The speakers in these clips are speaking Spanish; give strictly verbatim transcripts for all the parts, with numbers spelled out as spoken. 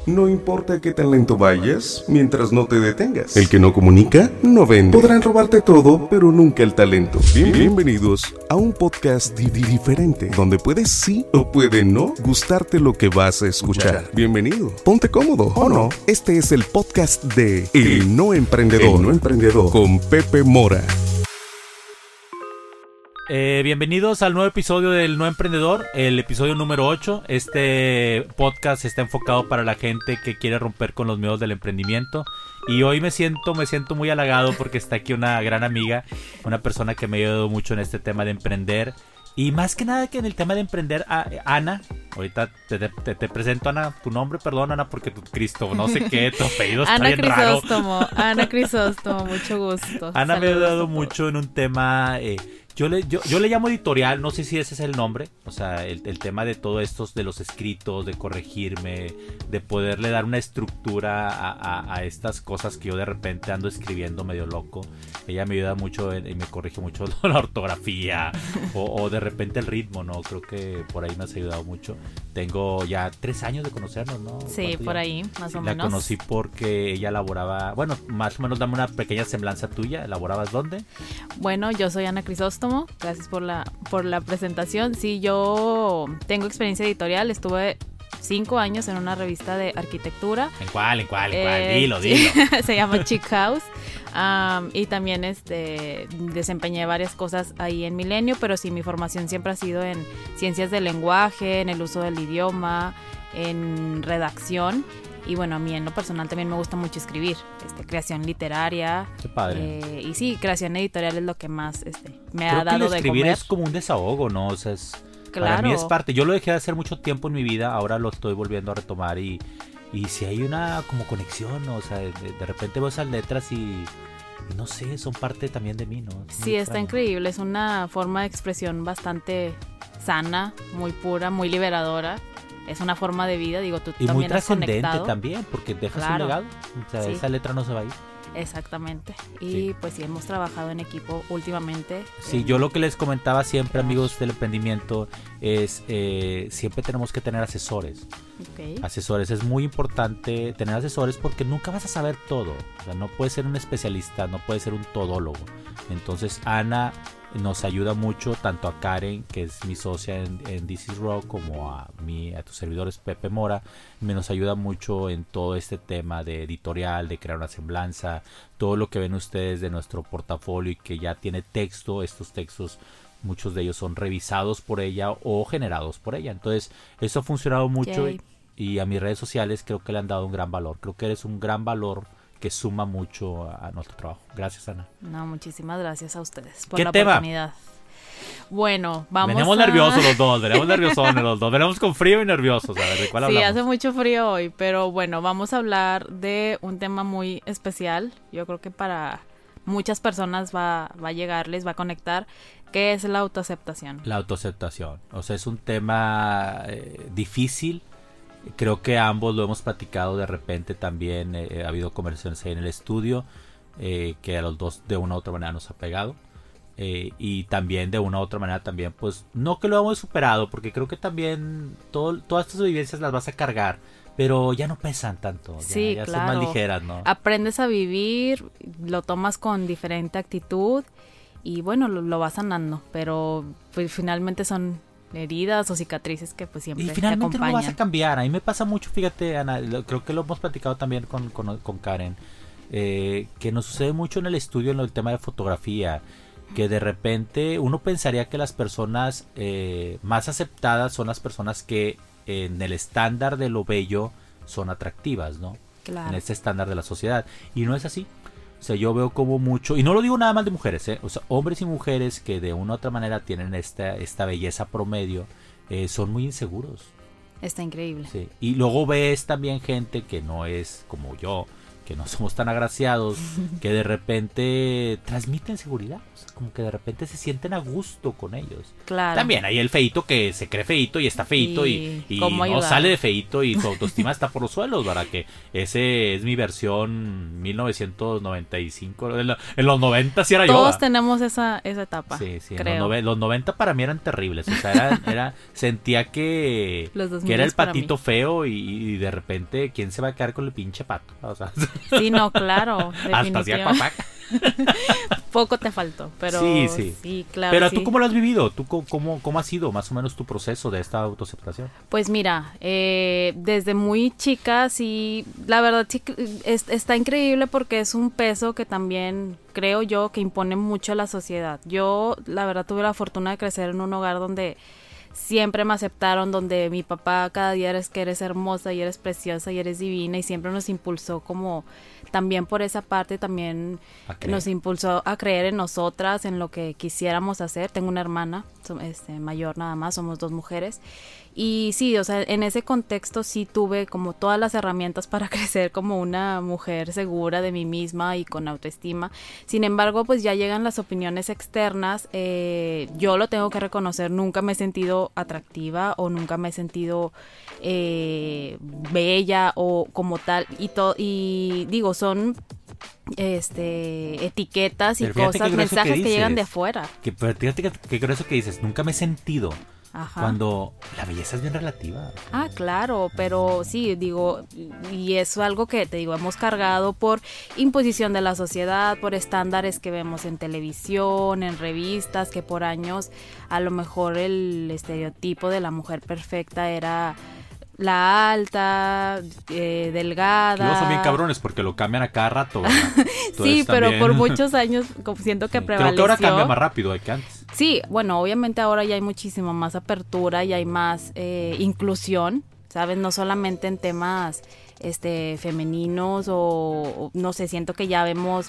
No importa qué tan lento vayas, mientras no te detengas. El que no comunica, no vende. Podrán robarte todo, pero nunca el talento. Bien, bienvenidos a un podcast di- di- diferente, donde puedes sí o puede no gustarte lo que vas a escuchar. Bienvenido. Ponte cómodo, ¿o no? Este es el podcast de El No Emprendedor. El No Emprendedor. Con Pepe Mora. Eh, bienvenidos al nuevo episodio del No Emprendedor, el episodio número ocho. Este podcast está enfocado para la gente que quiere romper con los miedos del emprendimiento. Y hoy me siento, me siento muy halagado porque está aquí una gran amiga, una persona que me ha ayudado mucho en este tema de emprender. Y más que nada que en el tema de emprender, a, Ana, ahorita te, te, te presento, Ana, tu nombre, perdón, Ana, porque tu Cristo, no sé qué, tu apellido está Ana bien raro. Crisóstomo, Ana Crisóstomo, mucho gusto. Ana Saludos me ha ayudado a mucho todos. en un tema, eh, yo, le, yo, yo le llamo editorial, no sé si ese es el nombre, o sea, el, el tema de todo esto, de los escritos, de corregirme, de poderle dar una estructura a, a, a estas cosas que yo de repente ando escribiendo medio loco. Ella me ayuda mucho en, y me corrige mucho la ortografía o, o de repente el ritmo, ¿no? Creo que por ahí me has ayudado mucho. Tengo ya tres años de conocernos, ¿no? Sí, por ya? ahí, más Sí, o la menos. conocí porque ella laboraba, bueno, más o menos dame una pequeña semblanza tuya. ¿Laborabas dónde? Bueno, yo soy Ana Crisóstomo, gracias por la, por la presentación. Sí, yo tengo experiencia editorial, estuve cinco años en una revista de arquitectura. ¿En cuál? ¿En cuál? ¿En cuál? Eh, Dilo, dilo. Se llama Chic House. Um, y también este, desempeñé varias cosas ahí en Milenio, pero sí, mi formación siempre ha sido en ciencias del lenguaje, en el uso del idioma, en redacción. Y bueno, a mí en lo personal también me gusta mucho escribir, este, creación literaria. Qué padre. Eh, y sí, creación editorial es lo que más este, me Creo ha dado que el de escribir comer. es como un desahogo, ¿no? O sea, es, para Claro. mí es parte. Yo lo dejé de hacer mucho tiempo en mi vida, ahora lo estoy volviendo a retomar y, y si hay una como conexión, ¿no? O sea, de, de repente veo esas letras y, y no sé, son parte también de mí, ¿no? Es muy Sí, está extraño. increíble, es una forma de expresión bastante sana, muy pura, muy liberadora. Es una forma de vida, digo, tú Y muy también has trascendente conectado. también, porque dejas Claro. un legado. O sea, Sí. esa letra no se va a ir. Exactamente. Y Sí. pues sí, hemos trabajado en equipo últimamente. Sí, en- yo lo que les comentaba siempre, amigos del emprendimiento, es eh, siempre tenemos que tener asesores. Ok. Asesores, es muy importante tener asesores porque nunca vas a saber todo. O sea, no puedes ser un especialista, no puedes ser un todólogo. Entonces, Ana nos ayuda mucho, tanto a Karen, que es mi socia en, en This is Raw, como a mí, a tus servidores Pepe Mora. Me nos ayuda mucho en todo este tema de editorial, de crear una semblanza, todo lo que ven ustedes de nuestro portafolio y que ya tiene texto. Estos textos, muchos de ellos son revisados por ella o generados por ella. Entonces, eso ha funcionado mucho Yay. y, y a mis redes sociales creo que le han dado un gran valor. Creo que eres un gran valor que suma mucho a, a nuestro trabajo. Gracias, Ana. No, muchísimas gracias a ustedes por ¿Qué la tema? oportunidad. Bueno, vamos Venimos a... nerviosos los dos, venimos nerviosos los dos, venimos con frío y nerviosos. A ver, ¿de cuál Sí, hablamos? hace mucho frío hoy, pero bueno, vamos a hablar de un tema muy especial. Yo creo que para muchas personas va, va a llegar, les va a conectar, que es la autoaceptación. La autoaceptación. O sea, es un tema eh, difícil. Creo que ambos lo hemos platicado de repente también. Eh, ha habido conversaciones ahí en el estudio eh, que a los dos de una u otra manera nos ha pegado. Eh, y también de una u otra manera también, pues, no que lo hemos superado, porque creo que también todo, todas estas vivencias las vas a cargar, pero ya no pesan tanto. Ya, Sí, ya claro. son más ligeras, ¿no? Aprendes a vivir, lo tomas con diferente actitud y bueno, lo, lo vas sanando, pero pues finalmente son heridas o cicatrices que pues siempre Y te finalmente no lo vas a acompañan. cambiar. A mí me pasa mucho, fíjate, Ana, lo- creo que lo hemos platicado también con, con, con Karen, eh, que nos sucede mucho en el estudio en el tema de fotografía, que de repente uno pensaría que las personas eh, más aceptadas son las personas que en el estándar de lo bello son atractivas, ¿no? Claro. En este estándar de la sociedad. Y no es así. O sea, yo veo como mucho, y no lo digo nada más de mujeres, ¿eh? O sea, hombres y mujeres que de una u otra manera tienen esta, esta belleza promedio, eh, son muy inseguros. Está increíble. Sí. Y luego ves también gente que no es como yo, que no somos tan agraciados, que de repente transmiten seguridad, o sea, como que de repente se sienten a gusto con ellos. Claro. También hay el feíto que se cree feíto y está feíto y, y, y no ayudar? sale de feíto y su autoestima está por los suelos, ¿verdad? Que ese es mi versión mil novecientos noventa y cinco, en, la, en los noventa sí era yo. Todos tenemos esa, esa etapa, sí, sí, creo. En los, nove, los noventa para mí eran terribles, o sea, era, era sentía que, que era el patito feo y, y de repente, ¿quién se va a quedar con el pinche pato? O sea, sí, no, claro. Hasta hacía cuapac. Poco te faltó, pero sí, sí. sí claro. Pero sí. ¿tú cómo lo has vivido? ¿Tú cómo, cómo ha sido más o menos tu proceso de esta autoaceptación? Pues mira, eh, desde muy chica, sí, la verdad sí es, está increíble porque es un peso que también creo yo que impone mucho a la sociedad. Yo, la verdad, tuve la fortuna de crecer en un hogar donde siempre me aceptaron, donde mi papá cada día eres que eres hermosa y eres preciosa y eres divina, y siempre nos impulsó como también por esa parte, también nos impulsó a creer en nosotras, en lo que quisiéramos hacer. Tengo una hermana este, mayor nada más, somos dos mujeres. Y sí, o sea, en ese contexto sí tuve como todas las herramientas para crecer como una mujer segura de mí misma y con autoestima. Sin embargo, pues ya llegan las opiniones externas. Eh, yo lo tengo que reconocer, nunca me he sentido atractiva o nunca me he sentido eh, bella o como tal. Y, to- y digo, son este etiquetas y cosas, mensajes que, que llegan de afuera. Que, pero fíjate que, que creo eso que dices, nunca me he sentido. Ajá. Cuando la belleza es bien relativa. Ah, claro, pero sí, digo, y es algo que te digo, hemos cargado por imposición de la sociedad, por estándares que vemos en televisión, en revistas, que por años a lo mejor el estereotipo de la mujer perfecta era la alta, eh, delgada. Luego son bien cabrones porque lo cambian a cada rato, ¿verdad? Sí, pero también... por muchos años siento que sí. prevaleció. Creo que ahora cambia más rápido que antes. Sí, bueno, obviamente ahora ya hay muchísima más apertura y hay más eh, inclusión, ¿sabes? No solamente en temas este femeninos o, o no sé, siento que ya vemos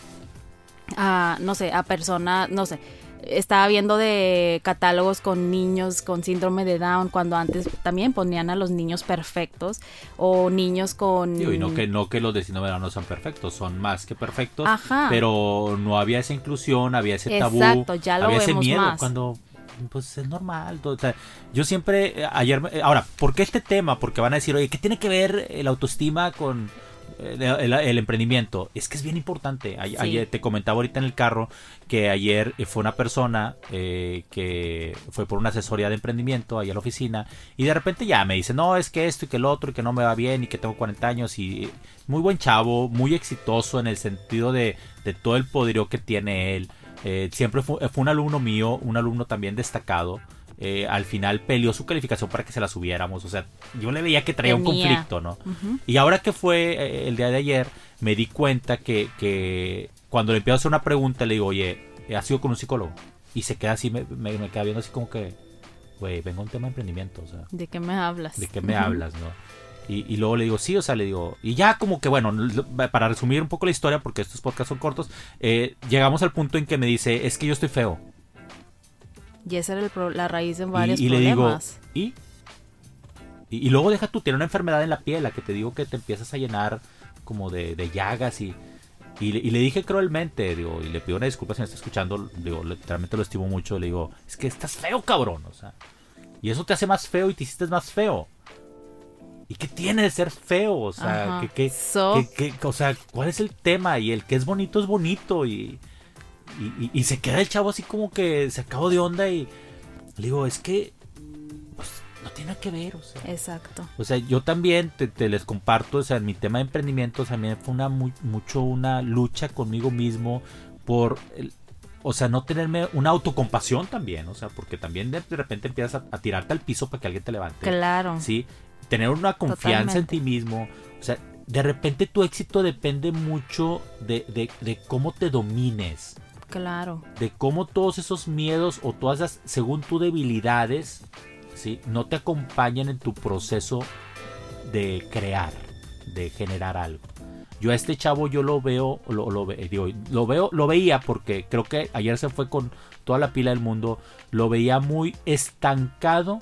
a, no sé, a personas, no sé, estaba viendo de catálogos con niños con síndrome de Down, cuando antes también ponían a los niños perfectos o niños con... Digo, y no que, no que los de síndrome de Down no son perfectos, son más que perfectos. Ajá. Pero no había esa inclusión, había ese tabú. Exacto, ya lo había vemos ese miedo más. Cuando pues es normal. O sea, yo siempre, ayer, ahora, ¿por qué este tema? Porque van a decir, oye, ¿qué tiene que ver el autoestima con... El, el, el emprendimiento? Es que es bien importante. A, sí. Ayer te comentaba ahorita en el carro que ayer fue una persona eh, que fue por una asesoría de emprendimiento ahí a la oficina y de repente ya me dice, no, es que esto y que el otro y que no me va bien y que tengo cuarenta años y muy buen chavo, muy exitoso en el sentido de, de todo el poderío que tiene él. Eh, siempre fue, fue un alumno mío, un alumno también destacado. Eh, al final peleó su calificación para que se la subiéramos, o sea, yo le veía que traía Tenía. un conflicto, ¿no? Uh-huh. Y ahora que fue eh, el día de ayer, me di cuenta que, que cuando le empiezo a hacer una pregunta, le digo, oye, ¿has ido con un psicólogo? Y se queda así, me, me, me queda viendo así como que, güey, vengo a un tema de emprendimiento, o sea. ¿De qué me hablas? ¿De qué me uh-huh. hablas, no? Y, y luego le digo, sí, o sea, le digo, y ya como que, bueno, para resumir un poco la historia, porque estos podcasts son cortos, eh, llegamos al punto en que me dice, es que yo estoy feo. Y esa era el pro- la raíz de varios y, y problemas. Le digo, ¿y? Y, y luego deja tú, tiene una enfermedad en la piel, la que te digo que te empiezas a llenar como de, de llagas y, y, y le dije cruelmente, digo, y le pido una disculpa si me está escuchando, digo, literalmente lo estimo mucho, le digo, es que estás feo, cabrón, o sea, y eso te hace más feo y te hiciste más feo. ¿Y qué tiene de ser feo? O sea, ¿qué, qué, so... qué, qué, o sea, ¿cuál es el tema? Y el que es bonito es bonito y... Y, y, y se queda el chavo así como que se acabó de onda y le digo, es que pues no tiene nada que ver, o sea. Exacto. O sea, yo también te, te les comparto, o sea, en mi tema de emprendimiento también fue una muy, mucho una lucha conmigo mismo por, el, o sea, no tenerme una autocompasión también, o sea, porque también de, de repente empiezas a, a tirarte al piso para que alguien te levante. Claro. Sí, tener una confianza Totalmente. en ti mismo, o sea, de repente tu éxito depende mucho de, de, de cómo te domines. Claro. De cómo todos esos miedos o todas esas, según tu debilidades, ¿sí? No te acompañan en tu proceso de crear, de generar algo. Yo a este chavo yo lo veo, lo, lo, digo, lo veo, lo veía porque creo que ayer se fue con toda la pila del mundo, lo veía muy estancado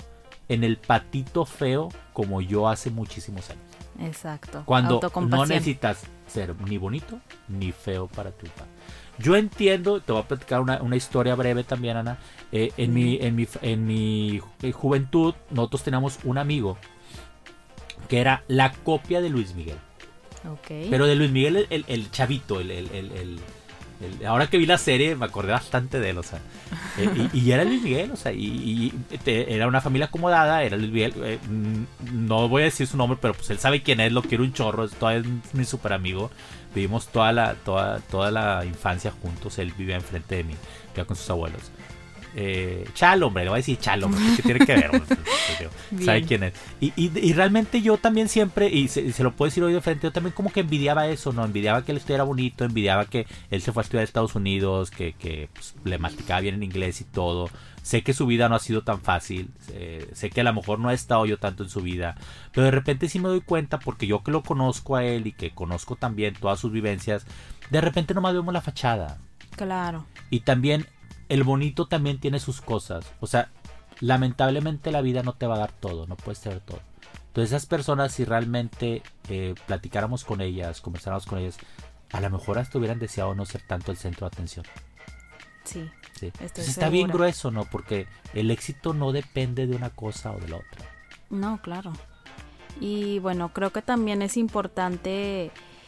en el patito feo como yo hace muchísimos años. Exacto. Cuando no necesitas ser ni bonito ni feo para triunfar. Yo entiendo, te voy a platicar una, una historia breve también, Ana. Eh, en, mm. mi, en, mi, en mi juventud, nosotros teníamos un amigo que era la copia de Luis Miguel. Okay. Pero de Luis Miguel, el, el, el chavito, el, el, el, el, el, ahora que vi la serie me acordé bastante de él, o sea, eh, y, y era Luis Miguel, o sea, y, y te, era una familia acomodada, era Luis Miguel, eh, no voy a decir su nombre, pero pues él sabe quién es, lo quiero un chorro, es, todavía es mi super amigo, vivimos toda la, toda, toda la infancia juntos, él vivía enfrente de mí, vivía con sus abuelos. Eh, Chalo, hombre, le voy a decir Chalo, hombre, ¿qué tiene que ver? ¿Sabe quién es? Y, y, y realmente yo también siempre, y se, y se lo puedo decir hoy de frente, yo también como que envidiaba eso, ¿no? Envidiaba que él estuviera bonito, envidiaba que él se fue a estudiar a Estados Unidos, que, que pues, le masticaba bien en inglés y todo. Sé que su vida no ha sido tan fácil, eh, sé que a lo mejor no he estado yo tanto en su vida, pero de repente sí me doy cuenta, porque yo que lo conozco a él y que conozco también todas sus vivencias, de repente nomás vemos la fachada. Claro. Y también el bonito también tiene sus cosas. O sea, lamentablemente la vida no te va a dar todo, no puedes tener todo. Entonces esas personas, si realmente eh, platicáramos con ellas, conversáramos con ellas, a lo mejor hasta hubieran deseado no ser tanto el centro de atención. Sí, sí. Estoy Entonces está bien grueso, ¿no? Porque el éxito no depende de una cosa o de la otra. No, claro. Y bueno, creo que también es importante,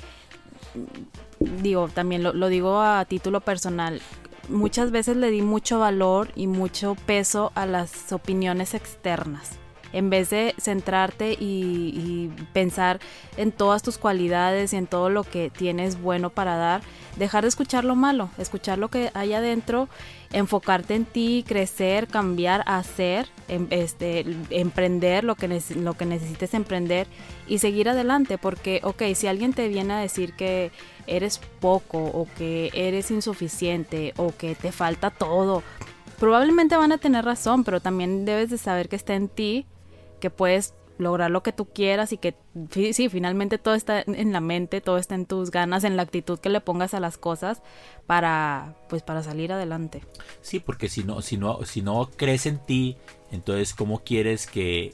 digo, también lo, lo digo a título personal, muchas veces le di mucho valor y mucho peso a las opiniones externas. En vez de centrarte y, y pensar en todas tus cualidades y en todo lo que tienes bueno para dar, dejar de escuchar lo malo, escuchar lo que hay adentro, enfocarte en ti, crecer, cambiar, hacer, em, este, emprender lo que, neces- lo que necesites emprender y seguir adelante. Porque, ok, si alguien te viene a decir que eres poco o que eres insuficiente o que te falta todo, probablemente van a tener razón, pero también debes de saber que está en ti, que puedes lograr lo que tú quieras y que sí, finalmente todo está en la mente, todo está en tus ganas, en la actitud que le pongas a las cosas para, pues, para salir adelante. Sí, porque si no, si no, si no crees en ti, entonces ¿cómo quieres que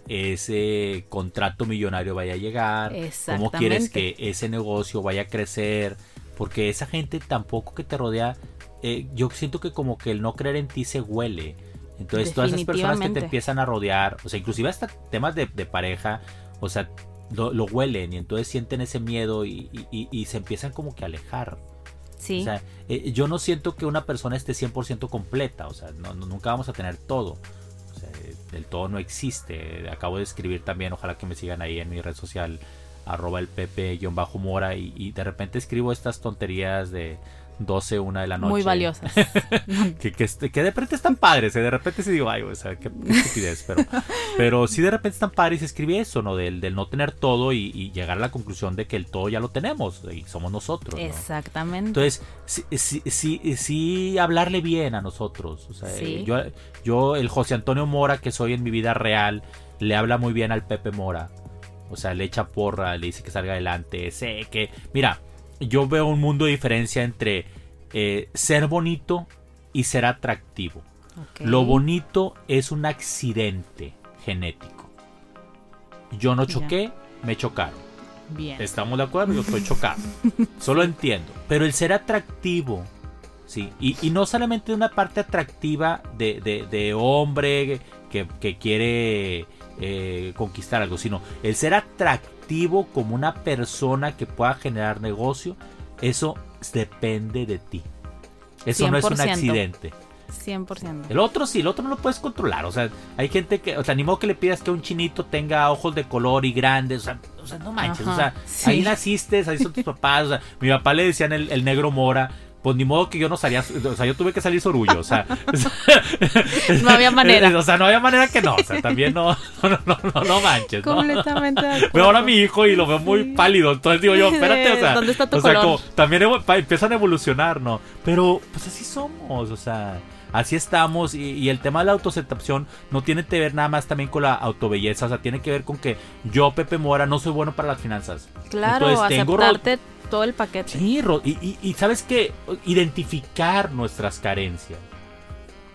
ese contrato millonario vaya a llegar? ¿Cómo quieres que ese negocio vaya a crecer? Porque esa gente tampoco que te rodea, eh, yo siento que como que el no creer en ti se huele. Entonces todas esas personas que te empiezan a rodear, o sea, inclusive hasta temas de, de pareja, o sea, lo, lo huelen y entonces sienten ese miedo y, y, y se empiezan como que a alejar. Sí. O sea, eh, yo no siento que una persona esté cien por ciento completa, o sea, no, no, nunca vamos a tener todo. O sea, el todo no existe. Acabo de escribir también, ojalá que me sigan ahí en mi red social, arroba el pepe-mora, y, y de repente escribo estas tonterías de doce, una de la noche. Muy valiosas. que, que, que de repente están padres, ¿eh? De repente sí digo, ay, o sea, qué, qué estupidez, pero, pero sí de repente están padres y se escribe eso, ¿no? Del, del no tener todo y, y llegar a la conclusión de que el todo ya lo tenemos y somos nosotros, ¿no? Exactamente. Entonces, sí, sí, sí, sí hablarle bien a nosotros. O sea, sí. yo, yo, el José Antonio Mora que soy en mi vida real, le habla muy bien al Pepe Mora. O sea, le echa porra, le dice que salga adelante. Sé que, mira, yo veo un mundo de diferencia entre eh, ser bonito y ser atractivo. Okay. Lo bonito es un accidente genético. Yo no choqué, ya. Me chocaron. Bien. ¿Estamos de acuerdo? Yo estoy chocado. Solo entiendo. Pero el ser atractivo, sí, y, y no solamente una parte atractiva de, de, de hombre que, que quiere eh, conquistar algo, sino el ser atractivo como una persona que pueda generar negocio, eso depende de ti. Eso cien por ciento. No es un accidente. cien por ciento. El otro sí, el otro no lo puedes controlar. O sea, hay gente que, o sea, ni modo que le pidas que un chinito tenga ojos de color y grandes. O sea, o sea no manches. Ajá, o sea, sí. Ahí naciste, ahí son tus papás. O sea, mi papá le decían el, el negro Mora. Pues ni modo que yo no salía, o sea, yo tuve que salir sorullo, o sea, no había manera. O sea, no había manera que no, o sea, también no, no, no, no, no manches, ¿no? Completamente de acuerdo. Veo ahora a mi hijo y lo veo muy sí. pálido, entonces digo yo, espérate, o sea, ¿dónde está tu o sea, color? Como, también evo, pa, empiezan a evolucionar, ¿no? Pero, pues así somos, o sea, así estamos, y, y el tema de la autoaceptación no tiene que ver nada más también con la autobelleza, o sea, tiene que ver con que yo, Pepe Mora, no soy bueno para las finanzas. Claro, entonces, aceptarte tengo todo el paquete. Sí, y, y, y sabes qué, identificar nuestras carencias.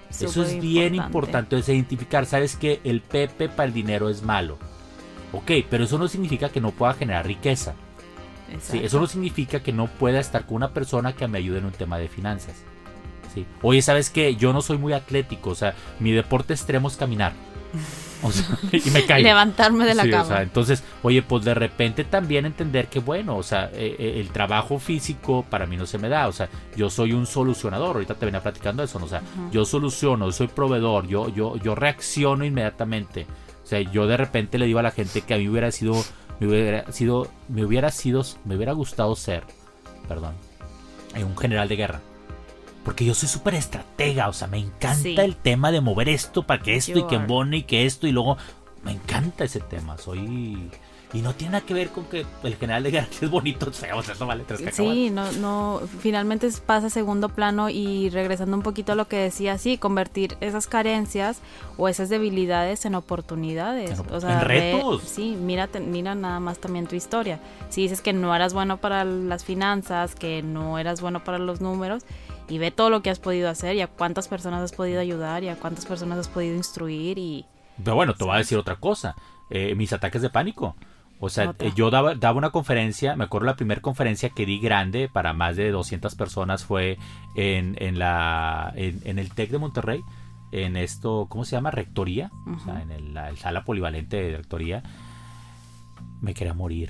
Eso es bien importante, es identificar, sabes que el Pepe para el dinero es malo. Ok, pero eso no significa que no pueda generar riqueza. Sí, eso no significa que no pueda estar con una persona que me ayude en un tema de finanzas. Sí. Oye, ¿sabes qué? Yo no soy muy atlético, o sea, mi deporte extremo es caminar. O sea, y me caigo. Levantarme de la sí, cama. O sea, entonces, oye, pues de repente también entender que, bueno, o sea, eh, el trabajo físico para mí no se me da. O sea, yo soy un solucionador. Ahorita te venía platicando eso, ¿no? O sea, uh-huh. yo soluciono, soy proveedor, yo, yo, yo reacciono inmediatamente. O sea, yo de repente le digo a la gente que a mí hubiera sido, me hubiera sido, me hubiera sido, me hubiera gustado ser, perdón, un general de guerra. Porque yo soy súper estratega, o sea, me encanta sí. el tema de mover esto para que esto sure. y que embone y que esto y luego me encanta ese tema, soy... Y no tiene nada que ver con que el general de guerra es bonito, o sea, eso vale tres cacahuates. Sí, no, no, finalmente pasa a segundo plano y regresando un poquito a lo que decía, sí, convertir esas carencias o esas debilidades en oportunidades. En, o sea, en retos. Ve, sí, mira, mira nada más también tu historia. Si dices que no eras bueno para las finanzas, que no eras bueno para los números, y ve todo lo que has podido hacer y a cuántas personas has podido ayudar y a cuántas personas has podido instruir y... Pero bueno, te voy a decir otra cosa, eh, mis ataques de pánico. O sea, eh, yo daba, daba una conferencia, me acuerdo la primera conferencia que di grande para más de doscientas personas fue en, en, la, en, en el TEC de Monterrey, en esto, ¿cómo se llama? Rectoría, uh-huh. o sea, en el, la el sala polivalente de rectoría. Me quería morir.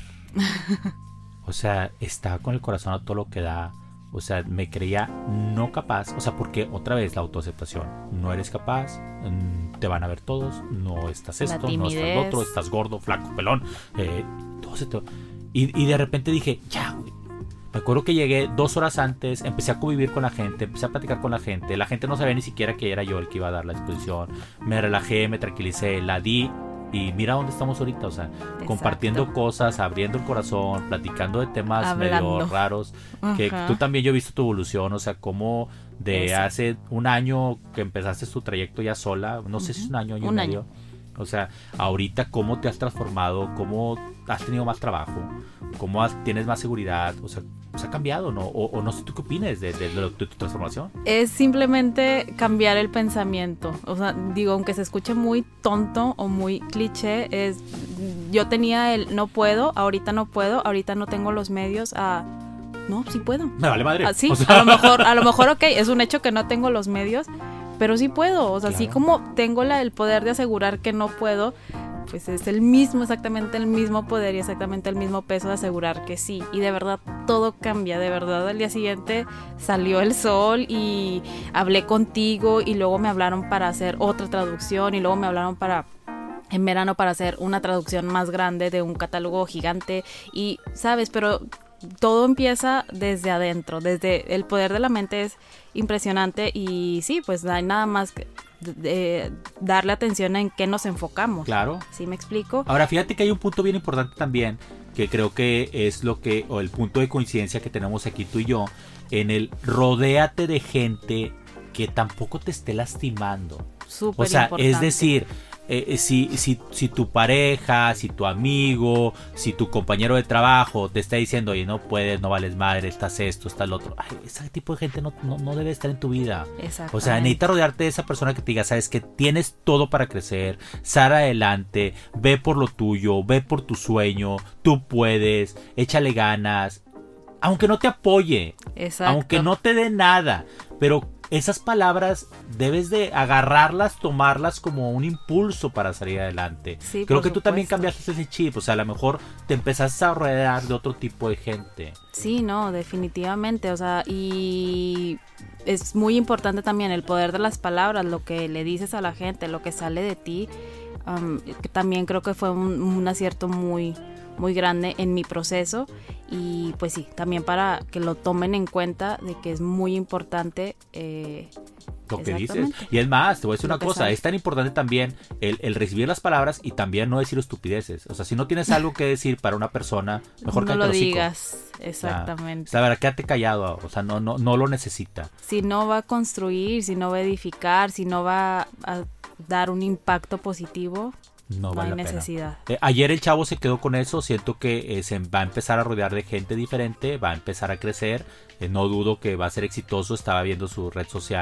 O sea, estaba con el corazón a todo lo que da. O sea, me creía no capaz, o sea, porque otra vez la autoaceptación, no eres capaz, te van a ver todos, no estás esto, no estás lo otro, estás gordo, flaco, pelón, eh, todo esto. Y, y de repente dije, ya, güey. Me acuerdo que llegué dos horas antes, empecé a convivir con la gente, empecé a platicar con la gente, la gente no sabía ni siquiera que era yo el que iba a dar la exposición, me relajé, me tranquilicé, la di. Y mira dónde estamos ahorita, o sea, exacto. compartiendo cosas, abriendo el corazón, platicando de temas Hablando. medio raros, que uh-huh. tú también yo he visto tu evolución, o sea, como de Eso. hace un año que empezaste tu trayecto ya sola, no uh-huh. sé si es un año, año un y año. medio, o sea, ahorita cómo te has transformado, cómo has tenido más trabajo, cómo has, tienes más seguridad, o sea, se ha cambiado, ¿no? O, o no sé tú qué opinas de, de, de, de tu transformación. Es simplemente cambiar el pensamiento. O sea, digo, aunque se escuche muy tonto o muy cliché, es yo tenía el no puedo, ahorita no puedo, ahorita no tengo los medios a no, sí puedo. Me vale madre. Ah, sí, o sea... a lo mejor, a lo mejor, ok, es un hecho que no tengo los medios, pero sí puedo. O sea, claro. así como tengo la, el poder de asegurar que no puedo, pues es el mismo, exactamente el mismo poder y exactamente el mismo peso de asegurar que sí. Y de verdad todo cambia, de verdad al día siguiente salió el sol y hablé contigo y luego me hablaron para hacer otra traducción y luego me hablaron para en verano para hacer una traducción más grande de un catálogo gigante y sabes, pero todo empieza desde adentro, desde el poder de la mente es impresionante y sí, pues no hay nada más que de darle atención en qué nos enfocamos. Claro. ¿Sí me explico? Ahora, fíjate que hay un punto bien importante también, que creo que es lo que, o el punto de coincidencia que tenemos aquí tú y yo, en el rodéate de gente que tampoco te esté lastimando. Súper o sea, importante. Es decir, eh, si, si, si tu pareja, si tu amigo, si tu compañero de trabajo te está diciendo, oye, no puedes, no vales madre, estás esto, estás lo otro, ay, ese tipo de gente no, no, no debe estar en tu vida. O sea, necesitas rodearte de esa persona que te diga, sabes que tienes todo para crecer, sal adelante, ve por lo tuyo, ve por tu sueño, tú puedes, échale ganas, aunque no te apoye, Exacto. aunque no te dé nada, pero esas palabras debes de agarrarlas, tomarlas como un impulso para salir adelante. Sí, creo que supuesto. tú también cambiaste ese chip, o sea, a lo mejor te empezaste a rodear de otro tipo de gente. Sí, no, definitivamente, o sea, y es muy importante también el poder de las palabras, lo que le dices a la gente, lo que sale de ti, um, que también creo que fue un, un acierto muy muy grande en mi proceso y pues sí, también para que lo tomen en cuenta de que es muy importante eh, lo que dices. Y es más, te voy a decir una cosa, sabes. Es tan importante también el, el recibir las palabras y también no decir estupideces. O sea, si no tienes algo que decir para una persona, mejor no cállate lo el hocico. digas, exactamente. O sea, la verdad, quédate callado, o sea, no, no, no lo necesita. Si no va a construir, si no va a edificar, si no va a dar un impacto positivo, no, no vale hay necesidad. Eh, ayer el chavo se quedó con eso. Siento que eh, se va a empezar a rodear de gente diferente, va a empezar a crecer. Eh, no dudo que va a ser exitoso. Estaba viendo su red social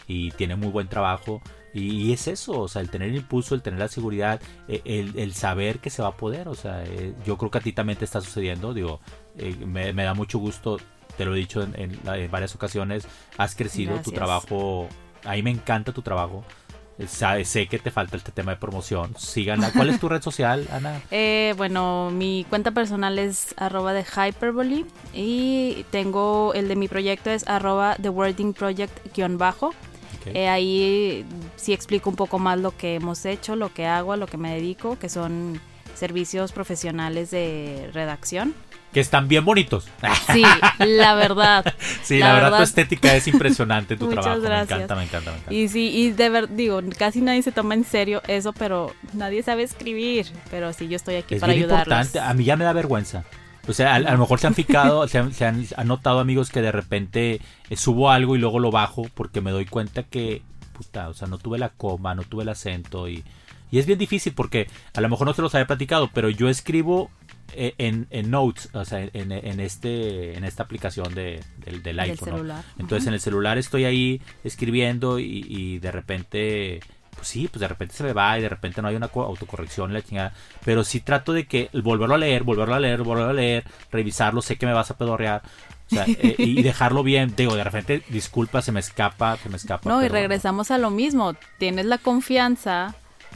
y tiene muy buen trabajo. Y es eso, o sea, el tener el impulso, el tener la seguridad, el, el saber que se va a poder, o sea, eh, yo creo que a ti también te está sucediendo, digo, eh, me, me da mucho gusto, te lo he dicho en, en, en varias ocasiones, has crecido. Gracias. Tu trabajo, a mí me encanta tu trabajo. Sé, sé que te falta este tema de promoción. Síganla. ¿Cuál es tu red social, Ana? Eh, bueno, mi cuenta personal es arroba de Hyperbole y tengo el de mi proyecto es arroba The Wording Project guión bajo. Okay. Eh, ahí sí explico un poco más lo que hemos hecho, lo que hago, a lo que me dedico, que son servicios profesionales de redacción. Que están bien bonitos. Sí, la verdad. Sí, la, la verdad, verdad tu estética es impresionante, tu Muchas trabajo. Gracias. Me encanta, me encanta, me encanta. Y sí, y de verdad, digo, casi nadie se toma en serio eso, pero nadie sabe escribir. Pero sí, yo estoy aquí es para bien ayudarlos. Importante. A mí ya me da vergüenza. O sea, a, a lo mejor se han fijado, se han, se han, han notado amigos que de repente eh, subo algo y luego lo bajo porque me doy cuenta que, puta, o sea, no tuve la coma, no tuve el acento y, y es bien difícil porque a lo mejor no se los había platicado, pero yo escribo eh, en, en Notes, o sea, en, en este en esta aplicación de, del, del iPhone. Del celular. ¿No? Entonces uh-huh. en el celular estoy ahí escribiendo y, y de repente... Pues sí, pues de repente se me va y de repente no hay una autocorrección y la chingada. Pero sí trato de que volverlo a leer, volverlo a leer, volverlo a leer, revisarlo, sé que me vas a pedorrear. O sea, eh, y dejarlo bien. Digo, de repente, disculpa, se me escapa, se me escapa. No, y regresamos bueno. a lo mismo. Tienes la confianza,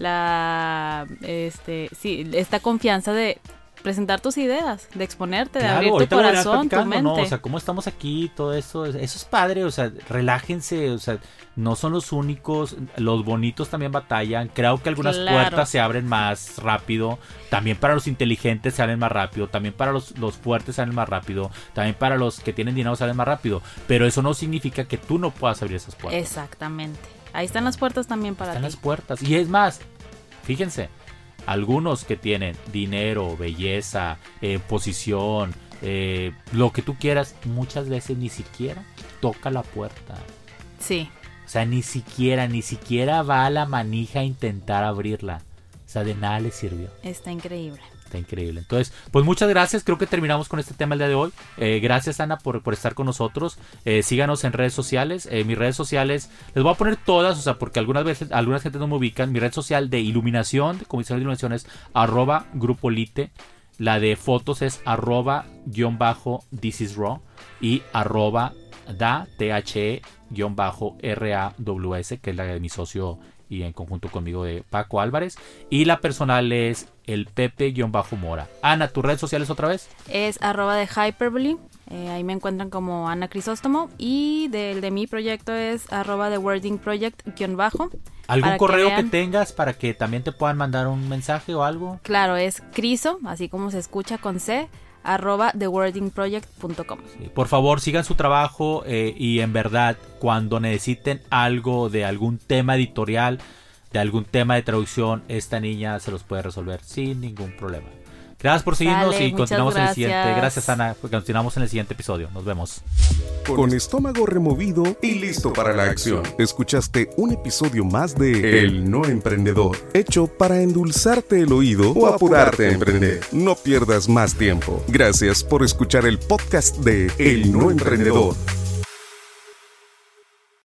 la, este, sí, esta confianza de presentar tus ideas, de exponerte, de claro, abrir tu corazón, tu mente. No, o sea, cómo estamos aquí, todo eso, eso es padre, o sea, relájense, o sea, no son los únicos, los bonitos también batallan, creo que algunas claro. puertas se abren más rápido, también para los inteligentes se abren más rápido, también para los, los fuertes se abren más rápido, también para los que tienen dinero se abren más rápido, pero eso no significa que tú no puedas abrir esas puertas. Exactamente, ahí están las puertas también para están ti. Están las puertas, y es más, fíjense, algunos que tienen dinero, belleza, eh, posición, eh, lo que tú quieras, muchas veces ni siquiera toca la puerta. Sí. O sea, ni siquiera, ni siquiera va a la manija a intentar abrirla. O sea, de nada le sirvió. Está increíble. Está increíble. Entonces, pues muchas gracias. Creo que terminamos con este tema el día de hoy. Eh, gracias, Ana, por, por estar con nosotros. Eh, síganos en redes sociales. Eh, mis redes sociales, les voy a poner todas, o sea, porque algunas veces, algunas gente no me ubican. Mi red social de iluminación, de comisión de iluminación es arroba grupo lite. La de fotos es arroba guión bajo this is raw y arroba da the guión bajo raws, que es la de mi socio y en conjunto conmigo de Paco Álvarez. Y la personal es el Pepe-Mora. Ana, ¿tus redes sociales otra vez? Es arroba de Hyperbole. Eh, ahí me encuentran como Ana Crisóstomo. Y del de mi proyecto es arroba de Wording Project guión bajo. ¿Algún correo que, que tengas para que también te puedan mandar un mensaje o algo? Claro, es Criso, así como se escucha con C, arroba the wording project punto com. Sí, por favor, sigan su trabajo eh, y en verdad, cuando necesiten algo de algún tema editorial, de algún tema de traducción, esta niña se los puede resolver sin ningún problema. Gracias por seguirnos. Dale, y continuamos gracias. en el siguiente. Gracias, Ana. Continuamos en el siguiente episodio. Nos vemos. Con estómago removido y listo para la acción. Escuchaste un episodio más de El No Emprendedor, hecho para endulzarte el oído o apurarte a emprender. No pierdas más tiempo. Gracias por escuchar el podcast de El No Emprendedor.